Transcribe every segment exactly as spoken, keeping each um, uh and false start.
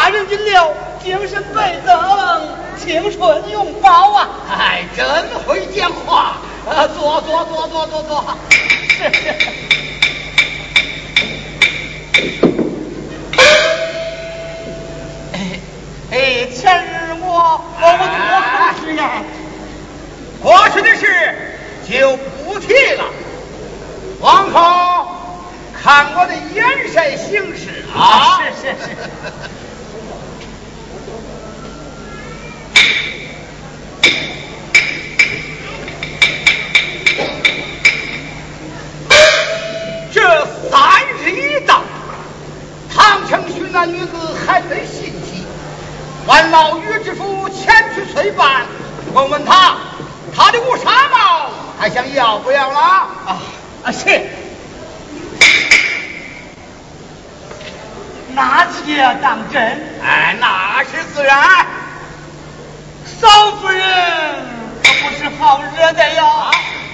大人饮了精神倍增，青春永葆啊！ 哎，真会讲话啊！坐坐坐坐坐坐。 是是。哎哎，前日我我我我可是呀， 过去的事就不提了，往后看我的眼神行事啊！ 是是是。 这三日一到，唐城区那女子还没信息，万老于知府前去催办，问问他，他的乌纱帽还想要不要了？ 啊啊是。那且当真？ 哎，那是自然。 少夫人可不是好惹的呀。啊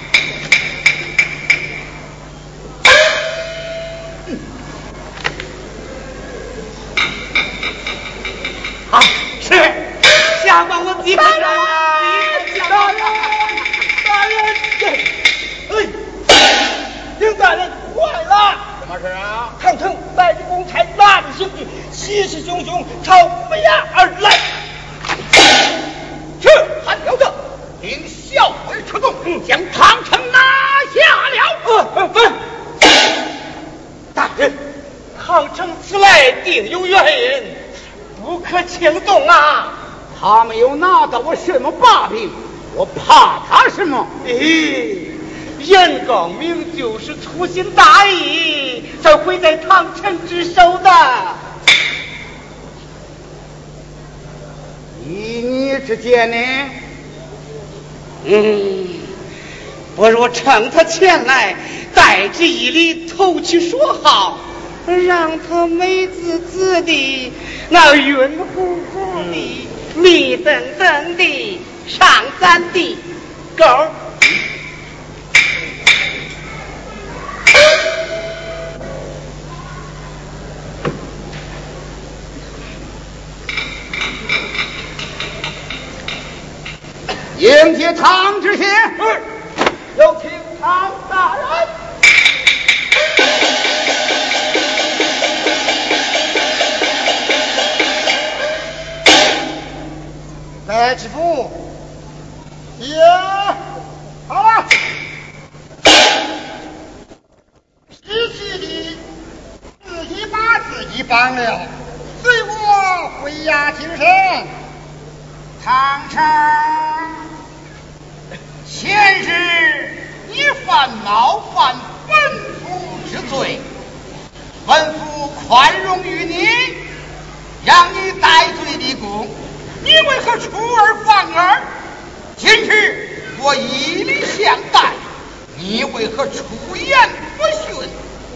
啊，是下官我记不住。大人，大人，哎，丁大人坏了！ 什么事啊？ 唐城带着公差拿着兄弟，气势汹汹朝府衙而来。 是韩彪子，领校尉出动，将唐城拿下了。 嗯嗯嗯。大人，唐城此来定有原因，不可轻动啊！ 他没有拿到我什么把柄，我怕他什么？ 咦，严刚明就是粗心大意，才会在唐城之手的。 依你之见呢？ 嗯，不如趁他前来，带旨一礼，投其所好，让他美滋滋的，那晕乎乎的。密瞪瞪的上三的狗， 迎接唐知县，有请唐大人。 来知府，也好了，失去的自己把自己绑了，随我回衙精神。 唐城，前日你犯冒犯本府之罪，本府宽容于你，让你戴罪立功。你为何出尔反尔？今日我以礼相待，你为何出言不逊？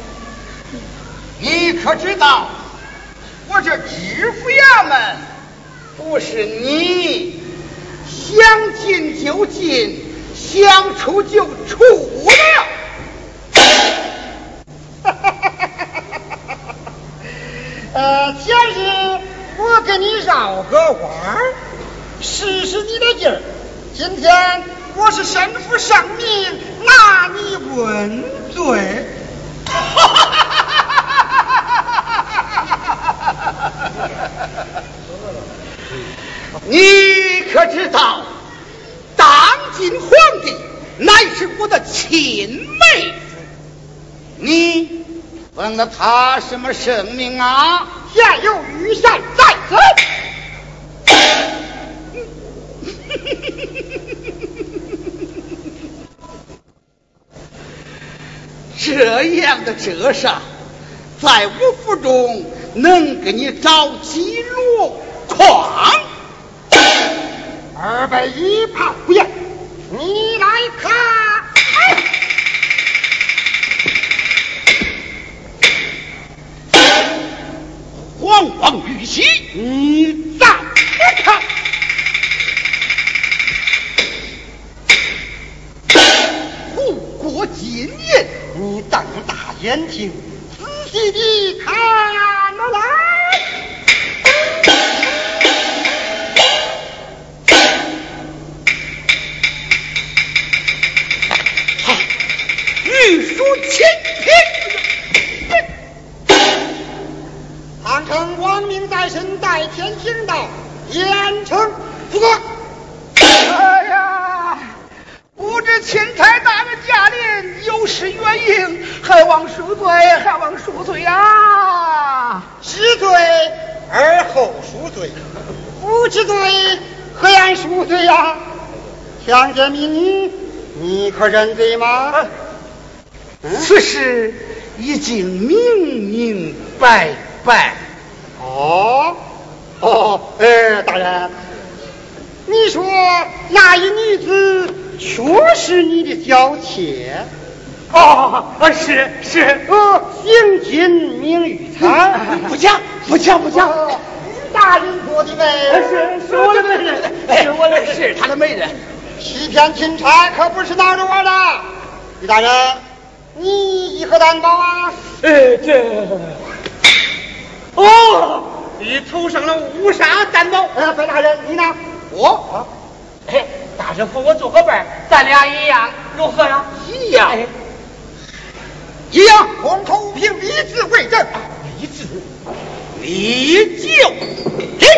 你可知道，我这知府衙门不是你想进就进，想出就出的。呃，前日我跟你绕个弯儿，试试你的劲儿。今天我是身负盛名，拿你问罪。 你可知道，当今皇帝乃是我的亲妹夫，你问了他什么圣命啊？ 现有御膳在此。 这样的折杀，在我府中能给你找几箩筐？ 二百一炮不言，你来看。 煌煌玉玺， 你再看。 护国金印， 你瞪大眼睛，仔细地看了来。 御书清平。 唐城王明在身，代天行道，严惩不过。 哎呀，不知钦差大人驾临，有失远迎，还望恕罪，还望恕罪啊！ 知罪而后赎罪，不知罪何言赎罪呀？强奸民女，你可认罪吗？ 啊嗯、 此事已经明明白白。 哦哦，呃，大人，你说那一女子确是你的小妾？ 哦，是是， 呃，姓金名玉才， 不假不假不假。 哦大人做的美， 是是我的美人，是我的是他的美人。 欺骗钦差可不是闹着玩的。李大人，你以何担保啊？ 呃，这哦，你头上了乌纱担保。 呃，白大人，你呢？ 我啊，哎，大人和我做个伴，咱俩一样，如何呀？一样，哎、 一样，空口无凭，立志为证。 立志，立就立。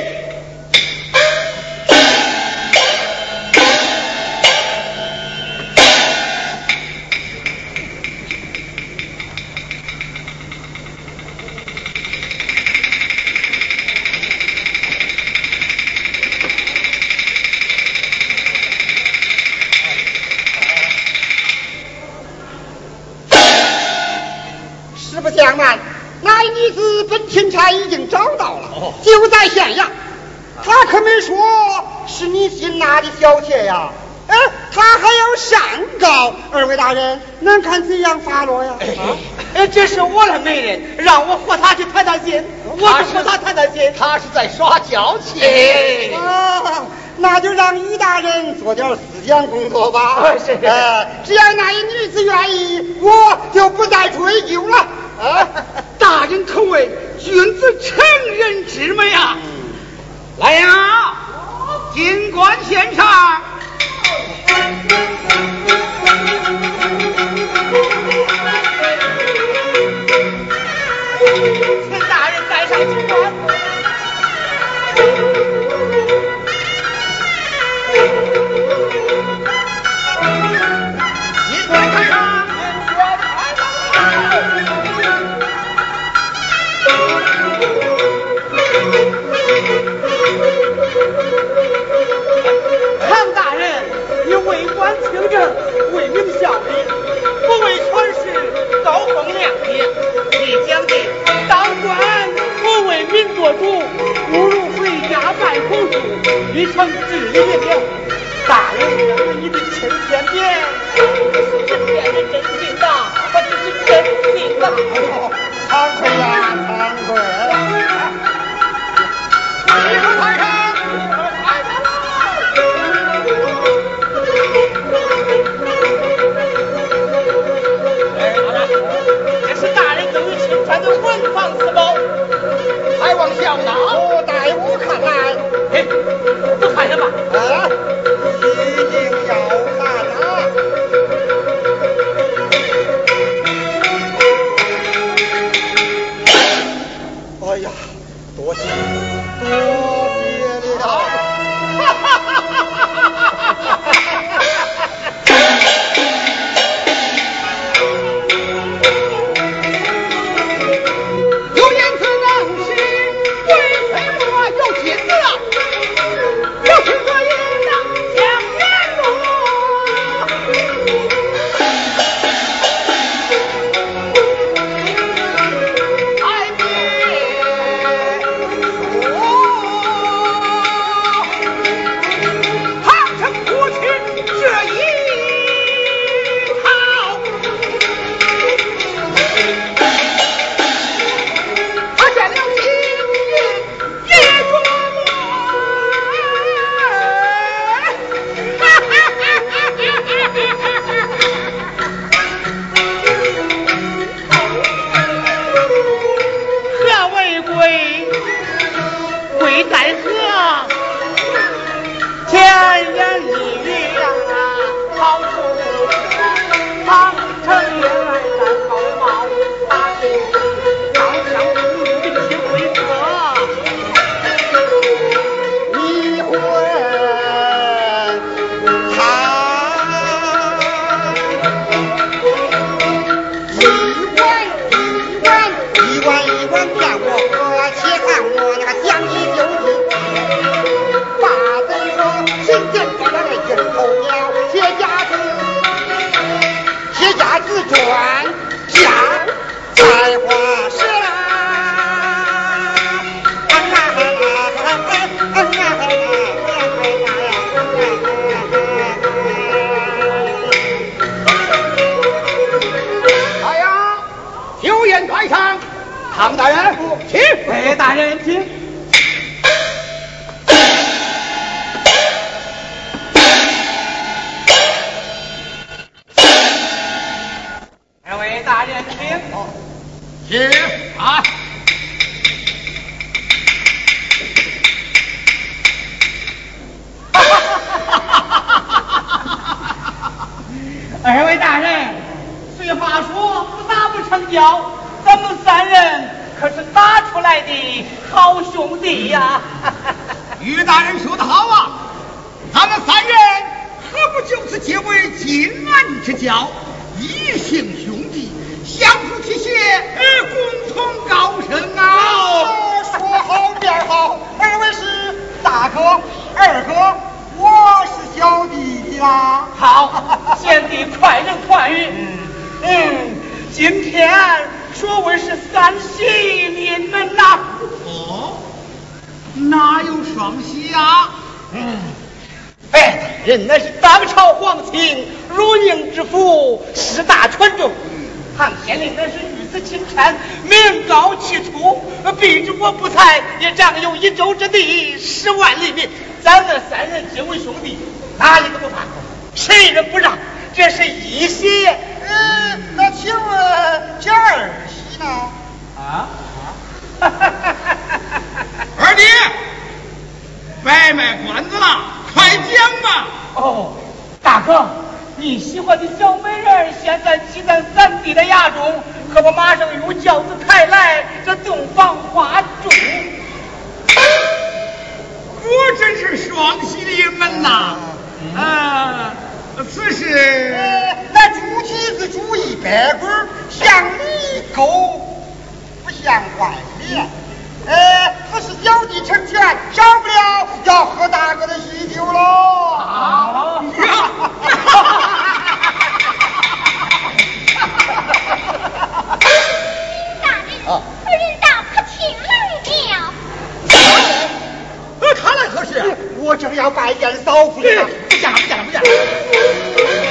实不相瞒，那一女子本钦差已经找到了， 哦、 就在县衙。他可没说是你新拿的小妾呀，哎，他还要上告。二位大人，能看怎样发落呀？ 哎，哎这是我的媒人，让我和他去谈谈心，我和他谈谈心。 他是在耍娇气。 哎， 啊，那就让于大人做点思想工作吧。 是， 呃，只要那一女子愿意，我就不再追究了。啊， 大人可谓君子成人之美啊！来呀，进观现场。 请大人带上进观。 进观开上，进观开上。 唐大人，你为官清正，为民效力，不为权势高风亮节。你讲的当官不为民做主，不如回家办手术，一成治理明了。大人认为你的青天匾，是真变的真心的，我这是真心的。 惭愧呀，惭愧。 一口台上，台上了。 哎，好的，这是大人赠予钦差的文房四宝， 还望笑纳。 哦，待我看来， 嘿，不看了吧？ 啊，一定要看啊！ 转将才华是啦。 哎呀，酒宴台上，唐大人，请。 哎，大人请。二位大人请。 是啊。 二位大人，虽话说打不成交，咱们三人可是打出来的好兄弟呀！ 于大人说得好啊，咱们三人何不就此结为结案之交，异姓兄弟，相互提携，而共同高升啊！ 说好便好，二位是大哥，二哥，我是小弟弟啦。 好，贤弟快人快语。嗯，今天说为是三喜临门呐。 哦，哪有双喜呀？ 嗯，哎，人乃是当朝皇亲，如宁之福，势大权重。唐县令乃是御此钦差，名高气粗，必知我不才，也掌有一州之地，十万里民。咱们三人结为兄弟，哪一个不怕？谁人不让？这是一喜。 嗯，那请问这二喜呢？ 啊？ 二弟，别卖关子了，快讲吧。 哦，大哥，你喜欢的小美人现在骑在三弟的衙中，可不马上有轿子抬来，这洞房花烛。 我真是双喜临门呐！啊，此事那猪蹄子猪一百棍，像你狗不像外脸。呃，此事小弟成全，少不了要喝大哥的喜酒喽。 好。 大人，夫人道可听来了？ 呃，他来何事？ 我正要拜见嫂夫人呢。 不见了，不见了，不见了。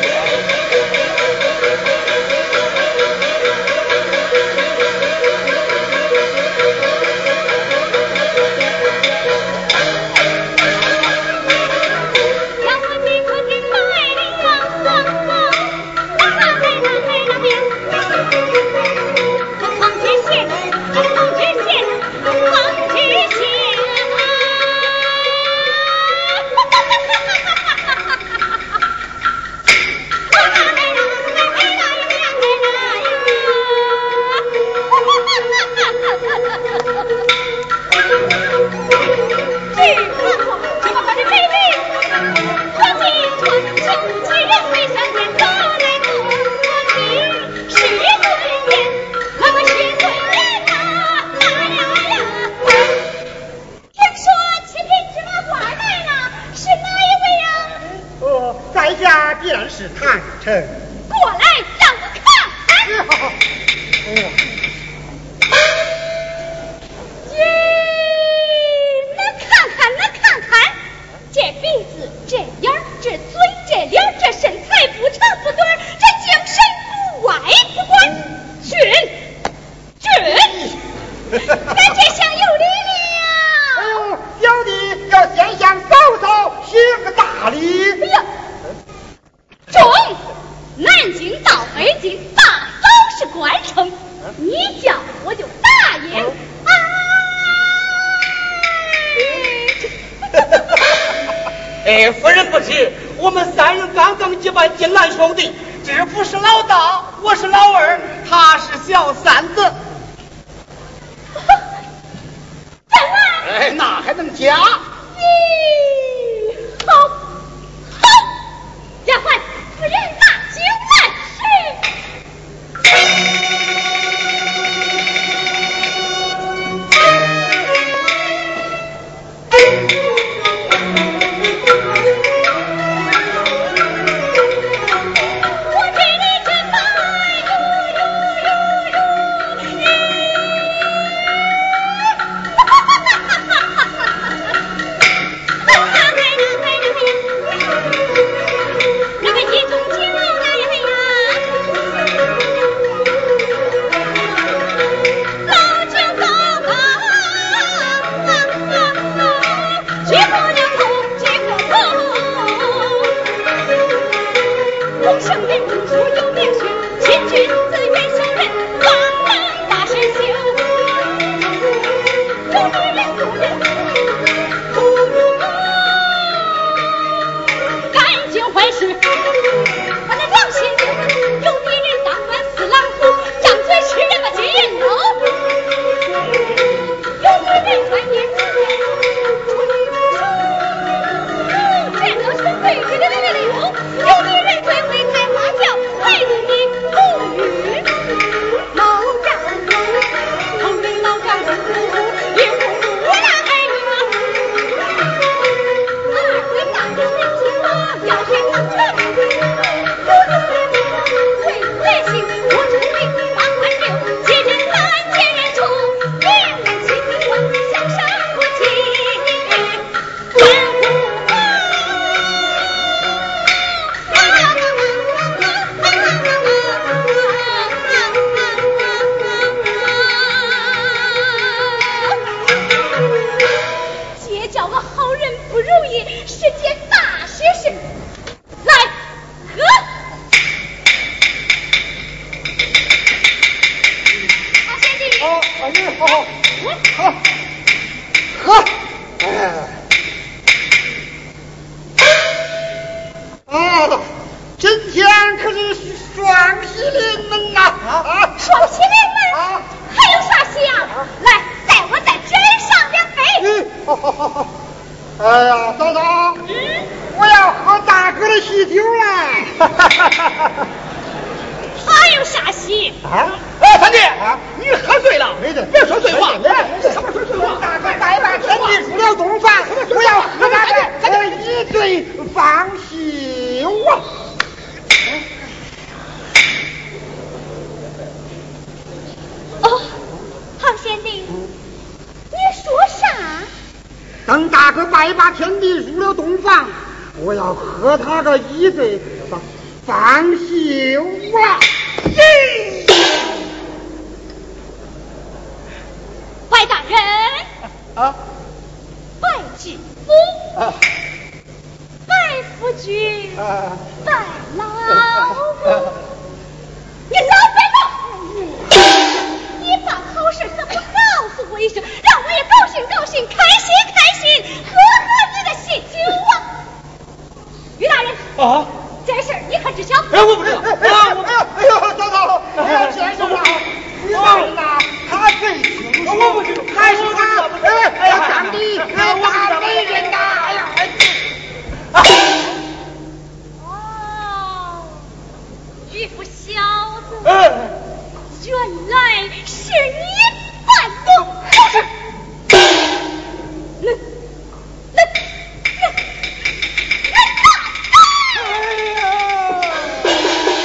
哎，夫人不知，我们三人刚刚结拜金兰兄弟，知府是老大，我是老二，他是小三子。 真来？ 哎，那还能假？ 咦，好，好，丫鬟，夫人拿酒来。是。我知你这番功圣人读书有名学，亲君子远小人，方能大神修。有女人做人不如我，干尽坏事把那良心丢。有女人当官似狼虎，张嘴吃人把金楼。有女人专业自恋，吹不手，见到穷鬼给他溜溜。有女人最会开花轿，害得你不语。老丈人，后人老丈人不也不不那爱你吗？二位大人人听我要谁当权？有女人最坏心，我注定八万六，七天三千人出，名人齐名我向上不起。结交个好人不容易，是件大喜事。来，喝！好，贤弟。 好，你好好，好，喝。哎，啊，今天可是双喜临门呐！啊， 双喜临门啊， 还有啥喜啊？来，带我再斟上两杯。 嗯，好好好好。哎呀，嫂嫂， 嗯， 我要喝大哥的喜酒了。 还有啥喜？ 啊， 哎，三弟， 啊你喝醉了， 没得， 别说醉话， 没得哎没得什么说醉话？ 大哥百万天地入了洞房，我要喝他的呃一醉方休啊！ 哦，唐贤弟，你说啥？ 等大哥拜把天地入了洞房，我要喝他个一醉方方休啊！耶！ 白大人， 啊白知府， 啊白夫君， 啊！ 白老母，你老白老，你办好事怎么不告诉我一声，让我也高兴高兴，开心开心，喝喝你的喜酒啊！于大人， 啊， 这事儿你可知晓？ 哎，我不知道， 哎啊，我哎呦哎呦，嫂嫂，哎呀，先生啊，于大人呐，他最清楚， 我不知道还是他哎哎呀，当地哎大美人呐，哎呀，哎。 哦，于府小子， 哎， 原来是你办的好事。来来来来大哎呀！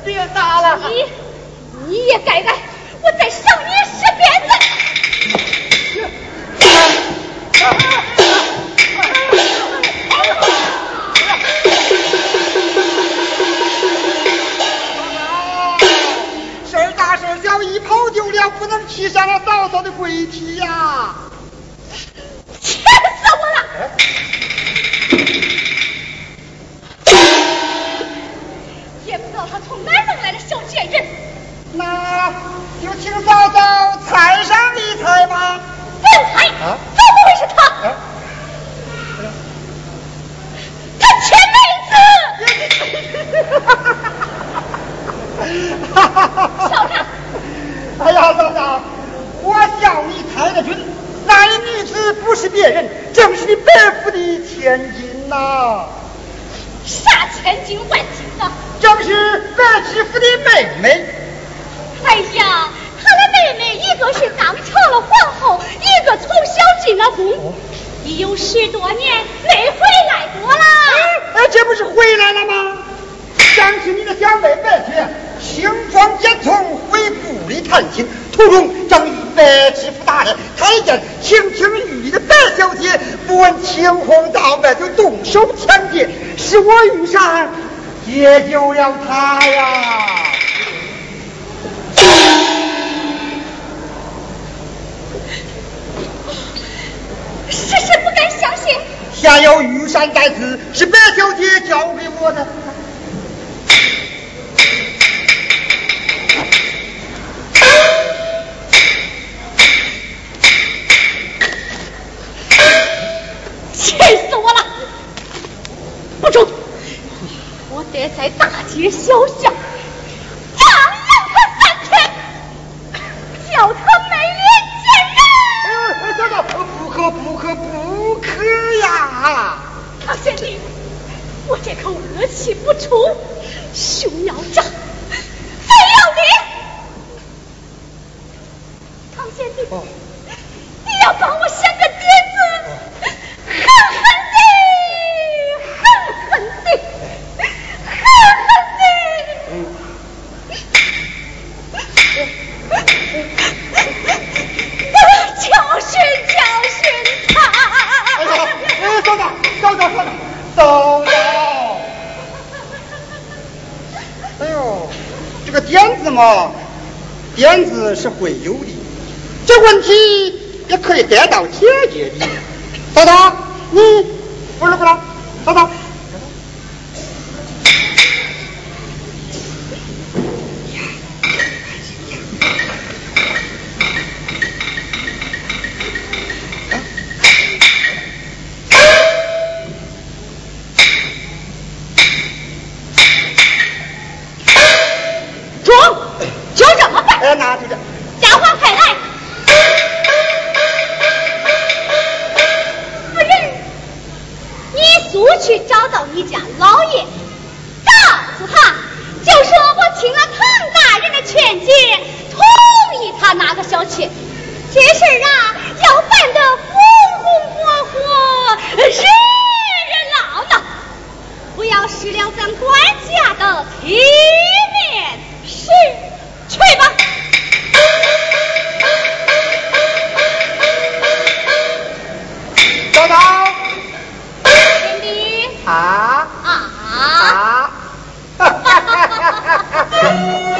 别打了。 你你也该来，我再赏你十鞭子。 事儿大事儿小，一跑丢了，不能骑上了嫂嫂的跪体呀！ 气死我了！也不知道他从哪儿弄来的小贱人。 那就请嫂嫂猜上一猜吧。 笨孩， 啊怎么会是他？ 啊他欠妹子！瞧看， 哎呀，嫂嫂，我笑你猜得准，那女子不是别人，正是你伯父的千金呐、 啥千金万金啊？ 正是伯知府的妹妹。 哎呀，他的妹妹一个是当朝了皇后，一个从小进了宫，已有十多年没回来过了。 哎，这不是回来了吗？想起你的小妹白雪，轻装简从回部里探亲，途中正遇白知府大人看见亭亭玉立的白小姐，不问青红皂白就动手抢劫，使我遇上解救了她呀。 实是不敢相信。 下有玉山在此，是白小姐交给我的。 气死我了！不中，我得在大街小巷张扬他三天，叫他没脸见人。 哎，嫂嫂，不可不可不可呀！ 唐贤弟，我这口恶气不出，兄要账，非要你。唐贤弟， 哦你要帮我想个点子，狠狠地，狠狠地，狠狠地。教训教训他。 哎呀，哎，嫂子，嫂子，嫂子，嫂子。哎呦，这个点子嘛，点子是会有的，这问题也可以得到解决的。嫂子，你不是不是，嫂子。 就这么办？ 哎，拿出去。 丫鬟快来！夫人，你速去找到你家老爷，告诉他，就说我听了唐大人的劝诫，同意他拿个小妾。这事儿啊，要办得红红火火，热热闹闹，不要失了咱官家的体面。是，去吧。 嫂嫂。 贤弟。 啊啊啊！哈哈哈哈哈哈！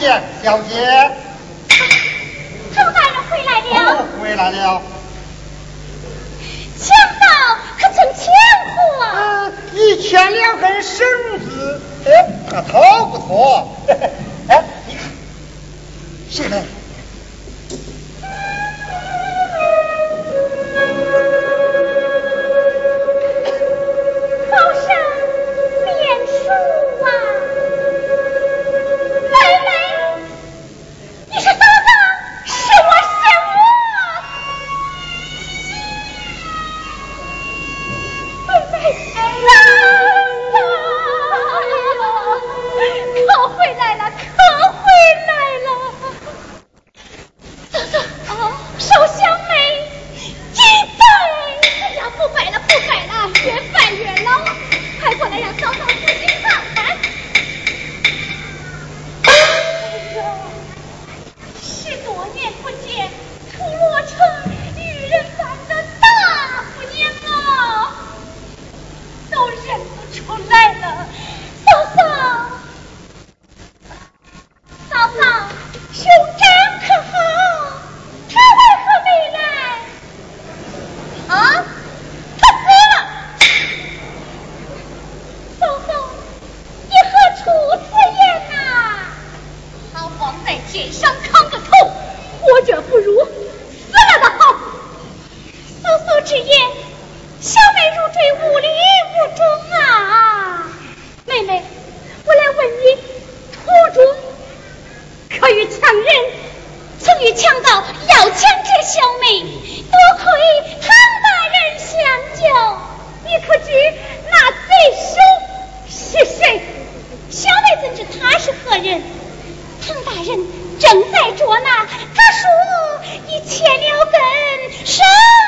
见，小姐。 周大人回来了。 哦，回来了。 强盗可曾抢获？ 啊，一千两根绳子，哎，可逃不脱。哎，你看，谁来？ 好生面熟啊！妹妹，你是嫂子，是我是我。妹妹，嫂嫂，可回来了，可回来了。嫂嫂，啊，少香梅，金杯。哎呀，不摆了，不摆了，越摆越老。快过来让嫂嫂仔细看看。哎呀，十多年不见，土落成女人般的大姑娘啊，都认不出来了。嫂嫂，嫂嫂，兄长可好？他为何没来？啊？他死了。嫂嫂，你何出此言呐？他枉在肩上扛个头，活着不如死了的好。嫂嫂之言，小妹如坠无里无中啊。妹妹，我来问你，途中可与强人曾与强盗要强这小妹，多亏唐大人相救，你可知那贼首是谁？小妹怎知他是何人？唐大人正在捉拿，他说已牵了根绳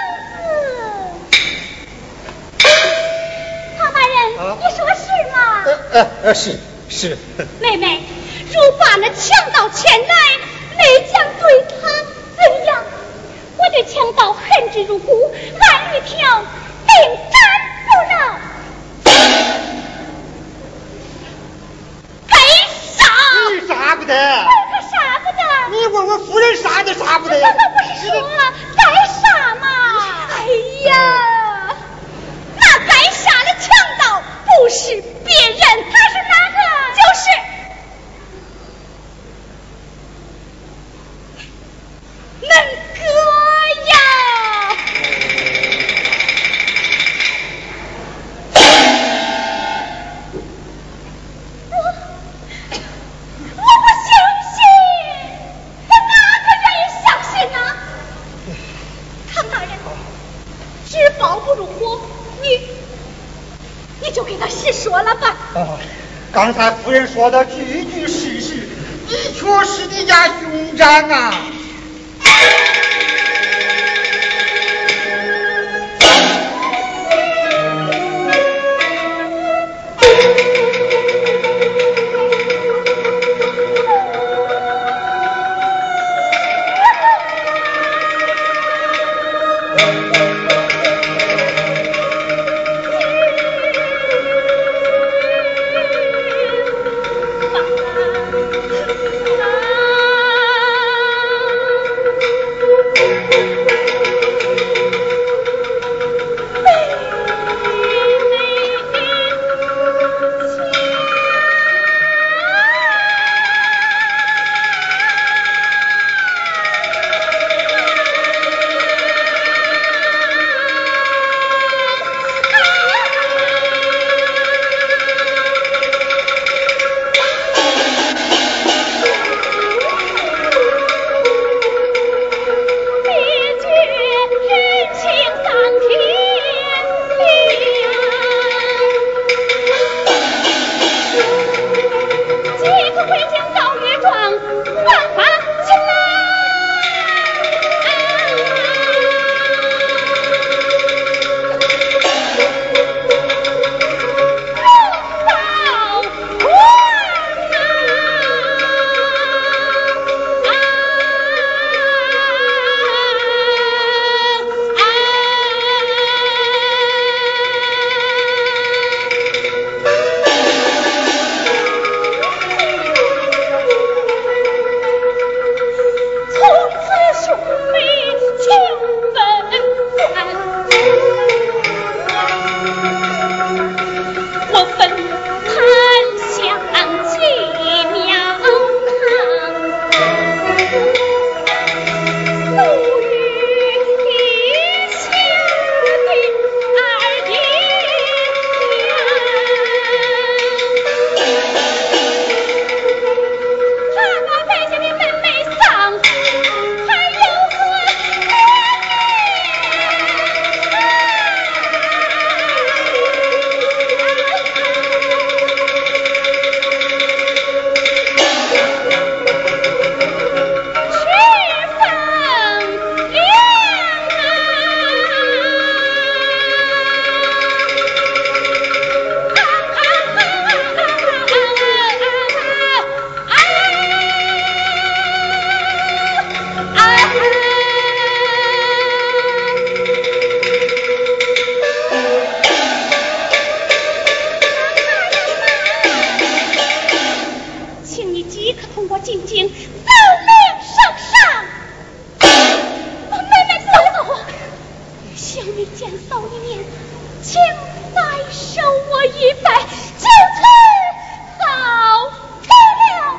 子。唐大人， 啊、 你说是吗？ 呃呃呃，是是。 妹妹，如把那强盗牵来，妹将对他怎样？我对强盗恨之入骨，按律条定斩不饶。该杀！ 你杀不得。 我可杀不得。 你问问夫人杀的杀不得呀？ 嫂嫂不是说了该杀吗？哎呀，那该杀的强盗不是别人，他是哪个？就是恁哥呀！我我不相信，哪个愿意相信呢？唐大人，纸包不入火，你你就给他细说了吧。 啊，刚才夫人说的句句事实，的确是你家兄长啊。 进京，奏令圣上。妹妹走走，小妹见嫂一面，请再受我一拜，就此好飞了。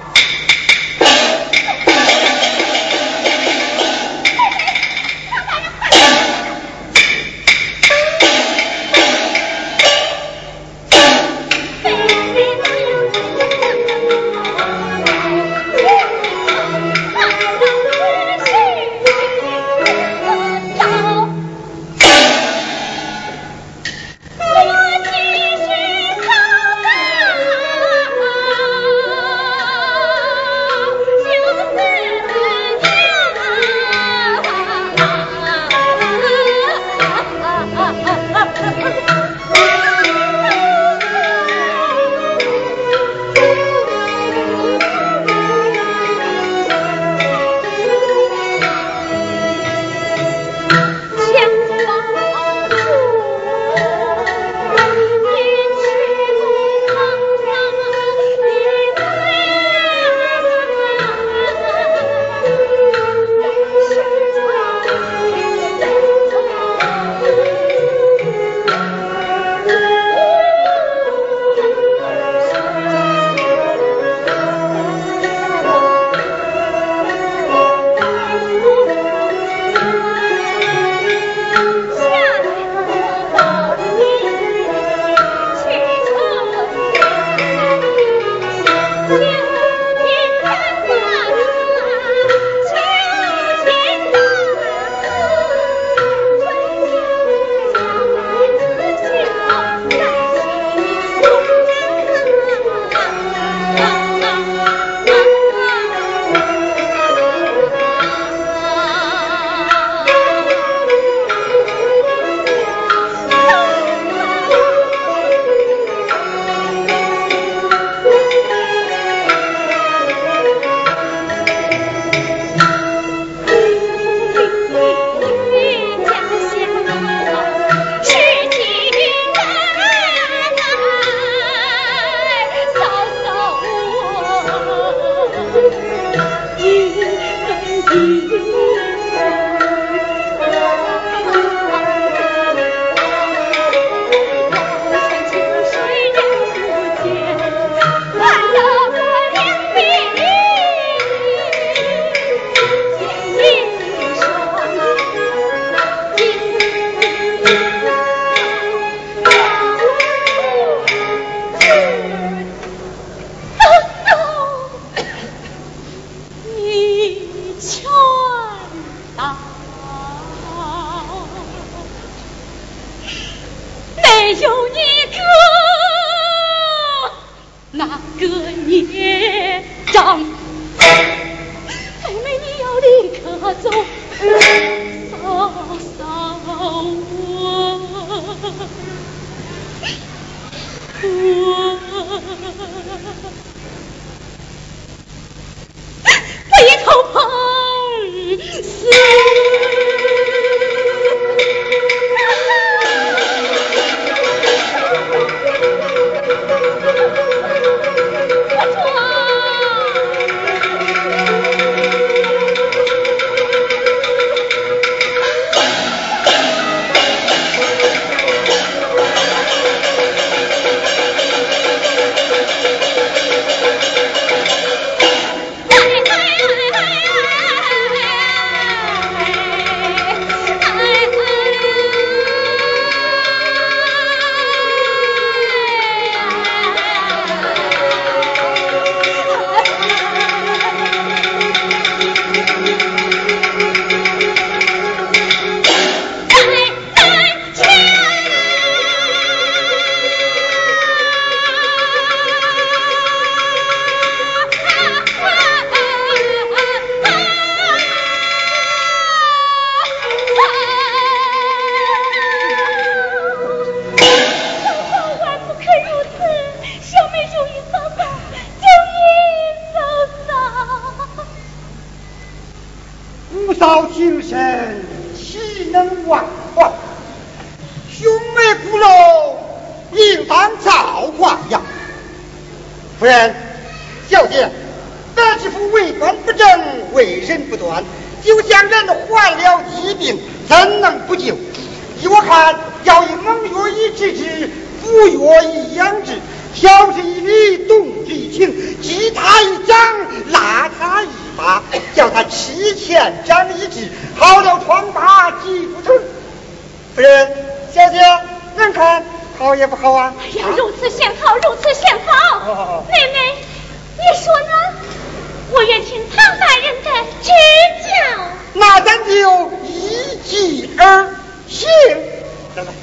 白知府为官不正，为人不端，就将人患了疾病，怎能不救？依我看，要以蒙药以治之，服药以养之，晓之以理，动之以情，击他一掌，拉他一把，叫他吃前长一智，好了疮疤即不成。夫人，小姐，人看好也不好啊？ 哎呀，如此甚好，如此甚好。 哦、 妹妹，你说呢？我愿听唐大人的指教。 那咱就依计而行。来来。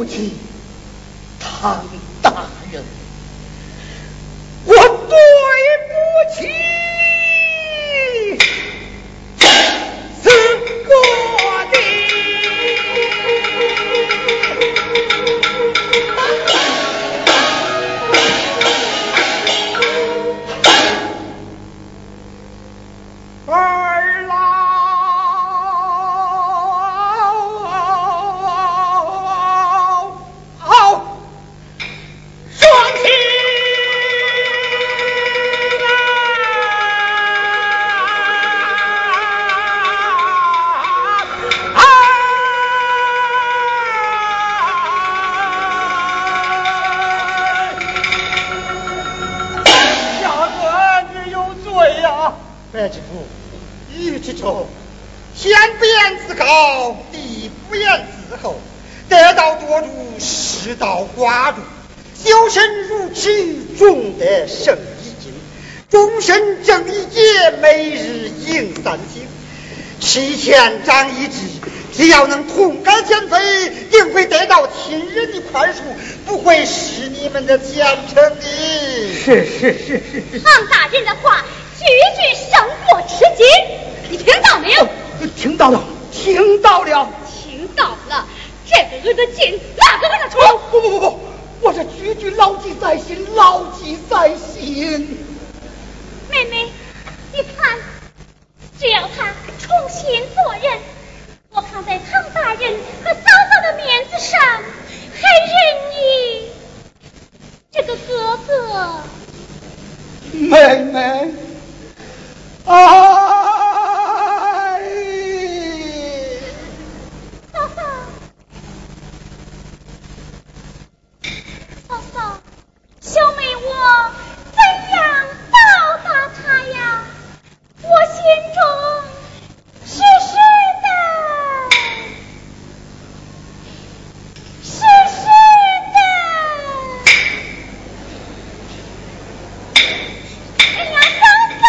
起唐大人，我对不起此国的儿郎。白知府，欲之仇，先不言自高，地不言自厚，得道多助，失道寡助，修身如尺，重得胜一斤，终身正一节，每日应三省，七千长一智，只要能痛改前非，定会得到亲人的宽恕，不会失你们的前程的。是是是是。 唐大人的话句句胜过吃惊，你听到没有？ 哦、听到了，听到了， 听到了。这个人的劲，那个人的出、 哦？不不不不，我这句句牢记在心，牢记在心。 妹妹，你看，只要他重新做人，我看在唐大人和嫂嫂的面子上，还认你这个哥哥。 妹妹。哎， 嫂嫂，嫂嫂，小妹我怎样报答他呀？我心中实实的，实实的。哎呀，嫂嫂！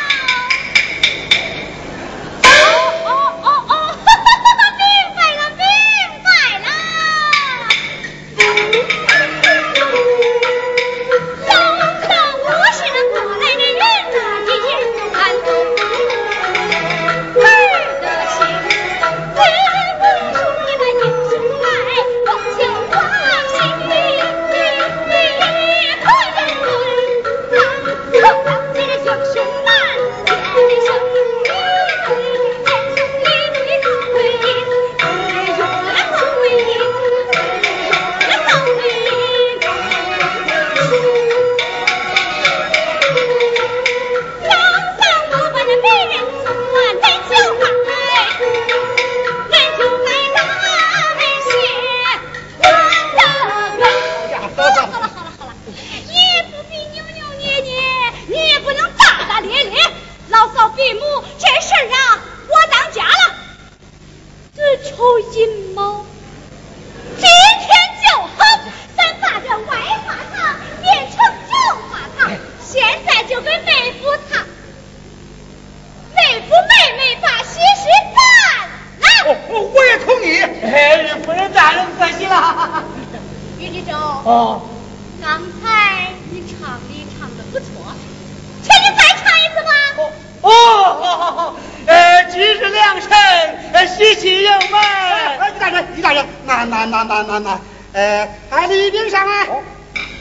哦， 刚才你唱的唱的不错，请你再唱一次吗？ 哦，好好好，呃，今日良辰，呃，喜气盈门。 哎，李大人，李大人，慢慢慢慢慢慢，呃，还礼宾上来。哦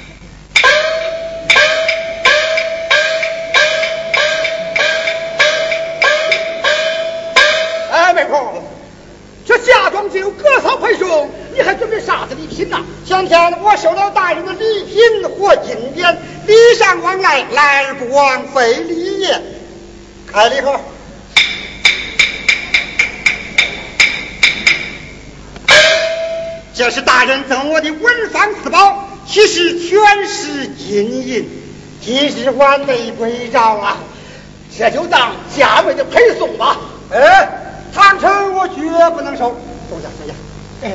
哎，媒婆，这嫁妆就有哥嫂陪送，你还准备啥子礼品呐？前天我收到大人的礼品和银匾，礼尚往来，来而不往非礼也。开礼盒。这是大人赠我的文房四宝，其实全是金银，今日晚辈归赵啊，这就当家妹的陪送吧。哎，唐城我绝不能收，收下收下。哎，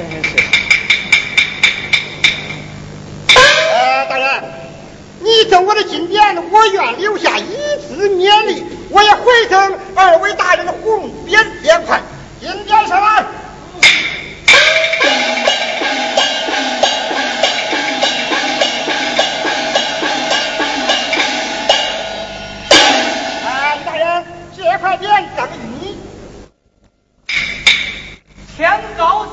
是。呃，大人，你赠我的金匾，我愿留下以资勉励，我也回赠二位大人的红匾两块。金匾上来。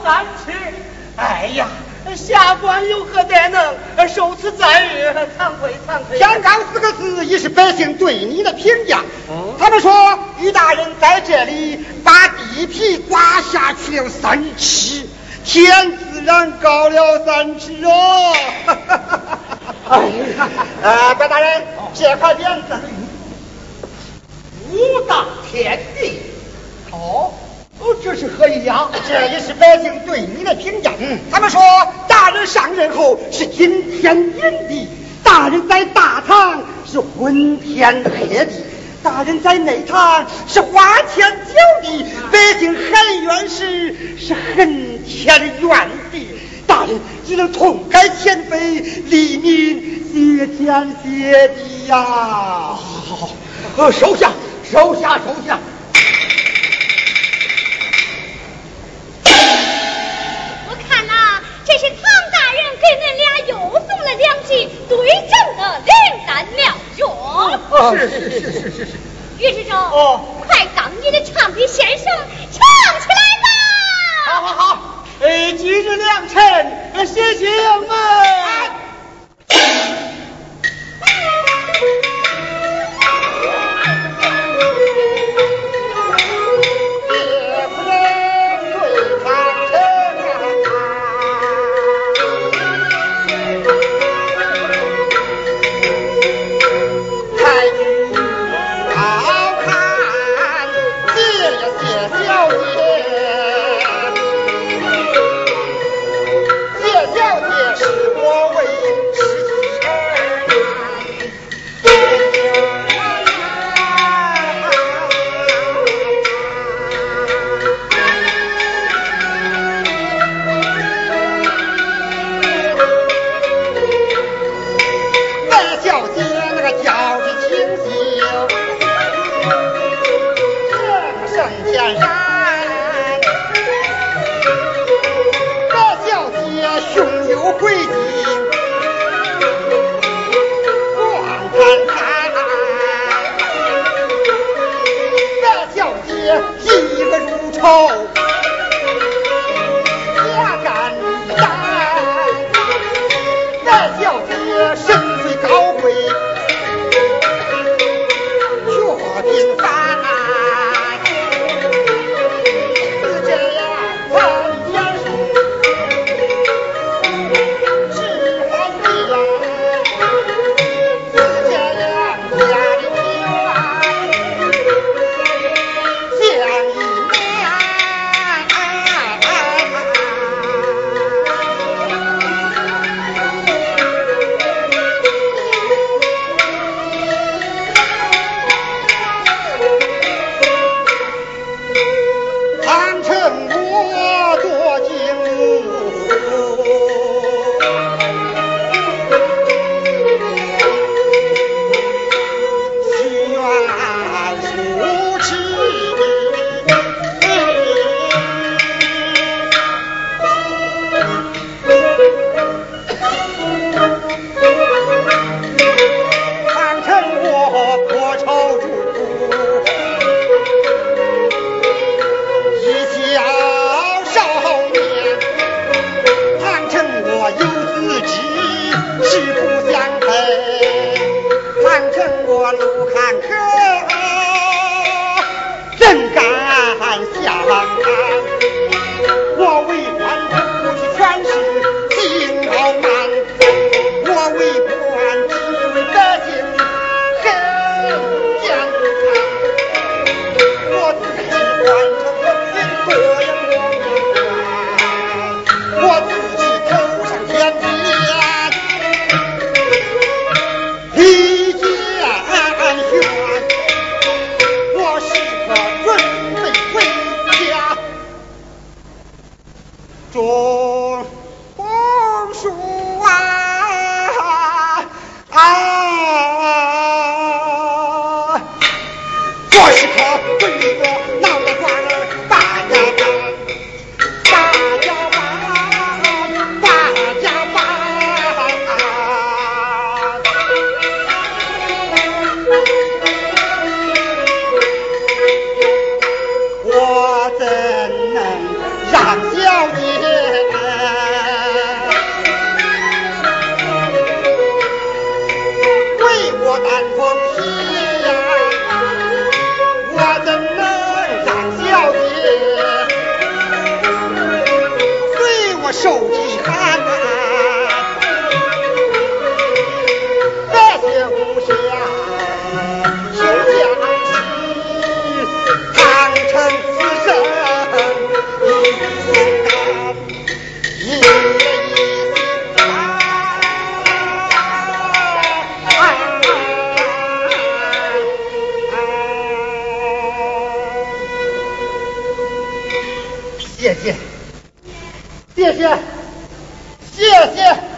三尺。哎呀，下官有何德能，受此赞誉，惭愧惭愧。 天罡四个字也是百姓对你的评价。 嗯、 他们说于大人在这里把地皮刮下去了三尺，天自然高了三尺哦。哎呀，呃，白大人，这块匾字武当天地。哦。哦，这是何意呀？ 这也是百姓对你的评价。嗯，他们说大人上任后是惊天引地，大人在大堂是昏天黑地，大人在内堂是花天酒地，百姓喊冤时是恨天怨地。大人只能痛改前非，黎民谢天谢地呀！好好好，呃，收下，收下，收下。 这是唐大人给恁俩又送了两句对症的灵丹妙药。 哦，是是是是是是。 于志忠， 哦， 快当你的唱笔先生唱起来吧！ 好好好，哎，今日良辰，谢谢们。 我怎能让小姐受饥寒呐，百姓无暇求将息，长城此生一心甘，一一心甘。谢谢，谢谢，谢谢。